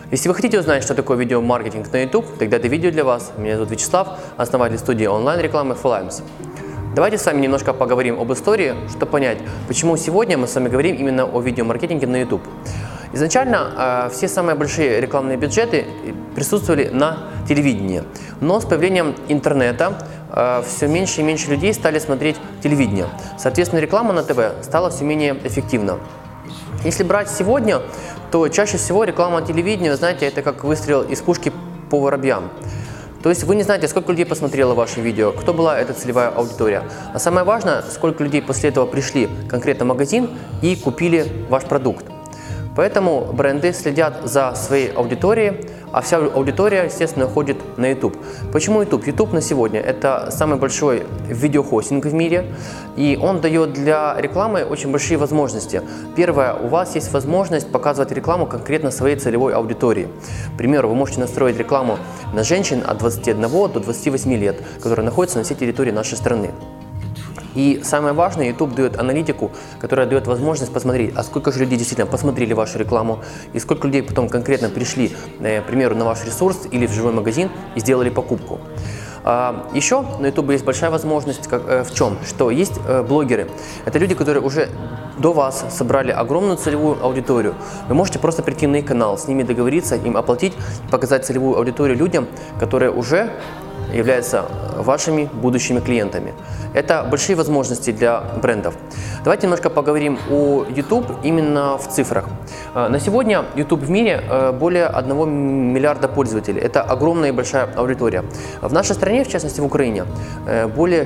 Если вы хотите узнать, что такое видеомаркетинг на YouTube, тогда это видео для вас. Меня зовут Вячеслав, основатель студии онлайн-рекламы Flames. Давайте с вами немножко поговорим об истории, чтобы понять, почему сегодня мы с вами говорим именно о видеомаркетинге на YouTube. Изначально все самые большие рекламные бюджеты присутствовали на телевидении, но с появлением интернета все меньше и меньше людей стали смотреть телевидение. Соответственно, реклама на ТВ стала все менее эффективна. Если брать сегодня, то чаще всего реклама на телевидении, знаете, это как выстрел из пушки по воробьям. То есть вы не знаете, сколько людей посмотрело ваше видео, кто была эта целевая аудитория. А самое важное, сколько людей после этого пришли конкретно в магазин и купили ваш продукт. Поэтому бренды следят за своей аудиторией, а вся аудитория, естественно, уходит на YouTube. Почему YouTube? YouTube на сегодня – это самый большой видеохостинг в мире, и он дает для рекламы очень большие возможности. Первое, у вас есть возможность показывать рекламу конкретно своей целевой аудитории. К примеру, вы можете настроить рекламу на женщин от 21 до 28 лет, которые находятся на всей территории нашей страны. И самое важное, YouTube дает аналитику, которая дает возможность посмотреть, а сколько же людей действительно посмотрели вашу рекламу, и сколько людей потом конкретно пришли, к примеру, на ваш ресурс или в живой магазин и сделали покупку. Еще на YouTube есть большая возможность в чем? Что есть блогеры. Это люди, которые уже до вас собрали огромную целевую аудиторию. Вы можете просто прийти на их канал, с ними договориться, им оплатить, показать целевую аудиторию людям, которые уже являются вашими будущими клиентами. Это большие возможности для брендов. Давайте немножко поговорим о YouTube именно в цифрах. На сегодня YouTube в мире более 1 миллиарда пользователей. Это огромная и большая аудитория. В нашей стране, в частности в Украине, более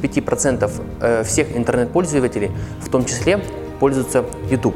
65% всех интернет-пользователей, в том числе, пользуются YouTube.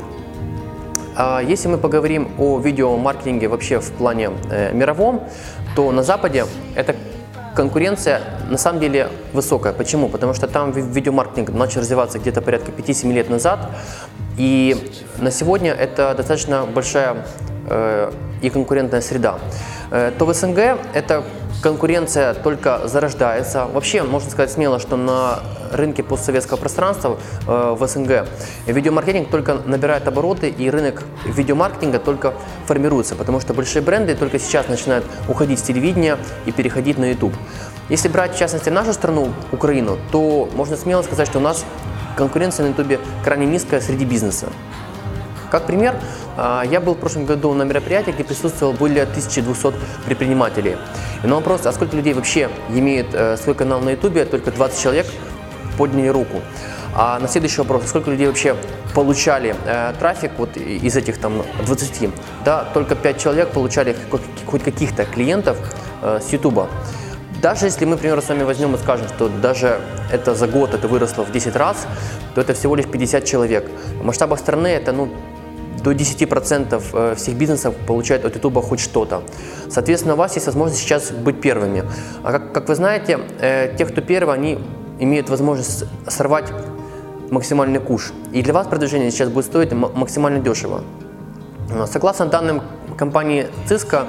Если мы поговорим о видеомаркетинге вообще в плане мировом, то на Западе это конкуренция на самом деле высокая. Почему? Потому что там видеомаркетинг начал развиваться где-то порядка 5-7 лет назад. И на сегодня это достаточно большая и конкурентная среда. То в СНГ эта конкуренция только зарождается. Вообще, можно сказать смело, что на рынке постсоветского пространства в СНГ видеомаркетинг только набирает обороты, и рынок видеомаркетинга только формируется, потому что большие бренды только сейчас начинают уходить с телевидения и переходить на YouTube. Если брать, в частности, нашу страну, Украину, то можно смело сказать, что у нас конкуренция на YouTube крайне низкая среди бизнеса. Как пример, я был в прошлом году на мероприятии, где присутствовало более 1200 предпринимателей. И на вопрос, а сколько людей вообще имеет свой канал на YouTube, только 20 человек подняли руку. А на следующий вопрос, сколько людей вообще получали трафик вот из этих там 20, да, только 5 человек получали хоть каких-то клиентов с YouTube. Даже если мы, например, с вами возьмем и скажем, что даже это за год это выросло в 10 раз, то это всего лишь 50 человек. В масштабах страны это до 10% всех бизнесов получают от YouTube хоть что-то. Соответственно, у вас есть возможность сейчас быть первыми. А как вы знаете, те, кто первый, они имеют возможность сорвать максимальный куш. И для вас продвижение сейчас будет стоить максимально дешево. Согласно данным компании Cisco,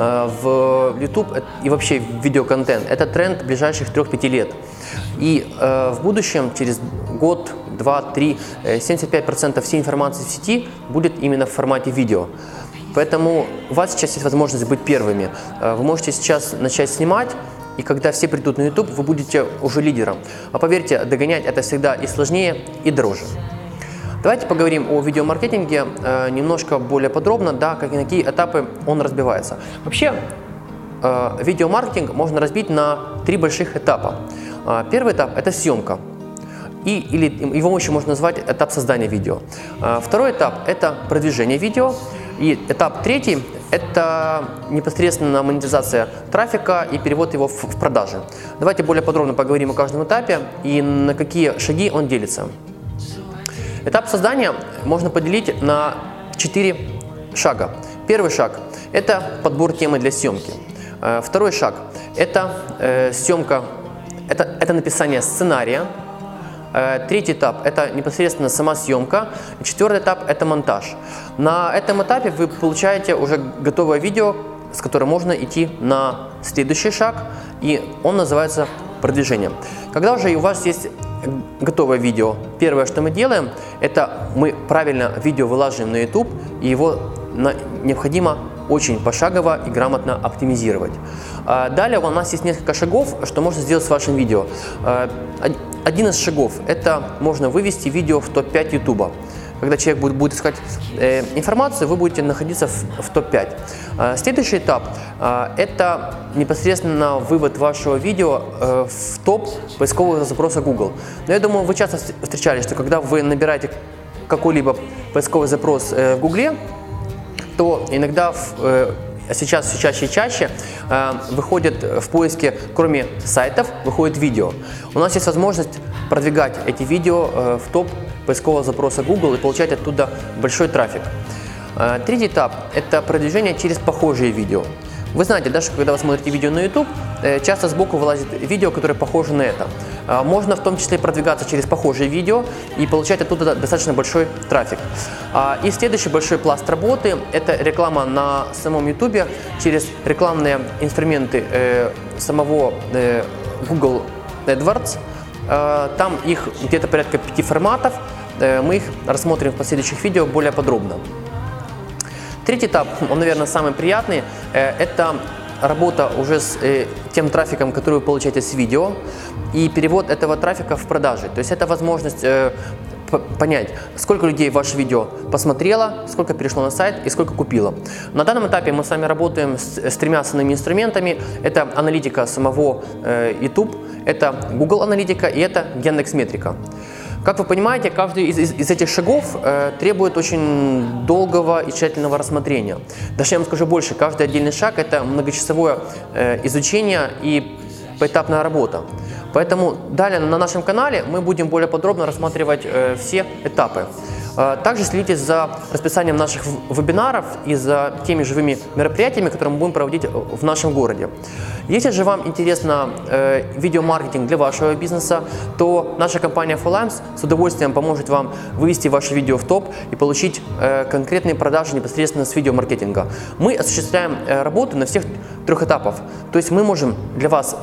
в YouTube и вообще в видеоконтент это тренд ближайших 3-5 лет. И в будущем, через год, 2-3, 75% всей информации в сети будет именно в формате видео. Поэтому у вас сейчас есть возможность быть первыми. Вы можете сейчас начать снимать, и когда все придут на YouTube, вы будете уже лидером. А поверьте, догонять это всегда и сложнее, и дороже. Давайте поговорим о видеомаркетинге немножко более подробно, да, на какие этапы он разбивается. Вообще, видеомаркетинг можно разбить на 3 больших этапа. Первый этап – это съемка, или его еще можно назвать этап создания видео. Второй этап – это продвижение видео. И этап третий – это непосредственно монетизация трафика и перевод его в продажи. Давайте более подробно поговорим о каждом этапе и на какие шаги он делится. Этап создания можно поделить на 4 шага. Первый шаг – это подбор темы для съемки. Второй шаг – это съемка, это написание сценария. Третий этап – это непосредственно сама съемка. Четвертый этап – это монтаж. На этом этапе вы получаете уже готовое видео, с которым можно идти на следующий шаг, и он называется продвижение. Когда уже у вас есть готовое видео, первое, что мы делаем, это мы правильно видео вылаживаем на YouTube, и его необходимо очень пошагово и грамотно оптимизировать. Далее у нас есть несколько шагов, что можно сделать с вашим видео. Один из шагов – это можно вывести видео в топ-5 YouTube. Когда человек будет искать информацию, вы будете находиться в топ-5. Следующий этап – это непосредственно вывод вашего видео в топ поискового запроса Google. Но я думаю, вы часто встречались, что когда вы набираете какой-либо поисковый запрос в Google, то иногда сейчас все чаще и чаще выходят в поиске, кроме сайтов, выходит видео. У нас есть возможность продвигать эти видео в топ поискового запроса Google и получать оттуда большой трафик. Третий этап – это продвижение через похожие видео. Вы знаете, да, что когда вы смотрите видео на YouTube, часто сбоку вылазит видео, которое похоже на это. Можно в том числе продвигаться через похожие видео и получать оттуда достаточно большой трафик. И следующий большой пласт работы – это реклама на самом YouTube через рекламные инструменты самого Google AdWords. Там их где-то порядка 5 форматов, мы их рассмотрим в последующих видео более подробно. Третий этап, он, наверное, самый приятный, это работа уже с тем трафиком, который вы получаете с видео, и перевод этого трафика в продажи. То есть это возможность понять, сколько людей ваше видео посмотрело, сколько перешло на сайт и сколько купило. На данном этапе мы с вами работаем с 3 основными инструментами. Это аналитика самого YouTube, это Google аналитика и это Яндекс.Метрика. Как вы понимаете, каждый из этих шагов требует очень долгого и тщательного рассмотрения. Даже я вам скажу больше, каждый отдельный шаг – это многочасовое изучение и поэтапная работа. Поэтому далее на нашем канале мы будем более подробно рассматривать все этапы. Также следите за расписанием наших вебинаров и за теми живыми мероприятиями, которые мы будем проводить в нашем городе. Если же вам интересно видеомаркетинг для вашего бизнеса, то наша компания FullAMS с удовольствием поможет вам вывести ваше видео в топ и получить конкретные продажи непосредственно с видеомаркетинга. Мы осуществляем работу на всех 3 этапах. То есть мы можем для вас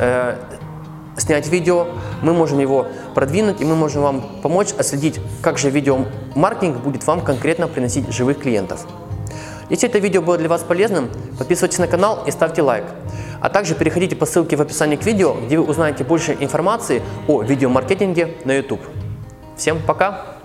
снять видео, мы можем его продвинуть и мы можем вам помочь отследить, как же видеомаркетинг будет вам конкретно приносить живых клиентов. Если это видео было для вас полезным, подписывайтесь на канал и ставьте лайк. А также переходите по ссылке в описании к видео, где вы узнаете больше информации о видеомаркетинге на YouTube. Всем пока!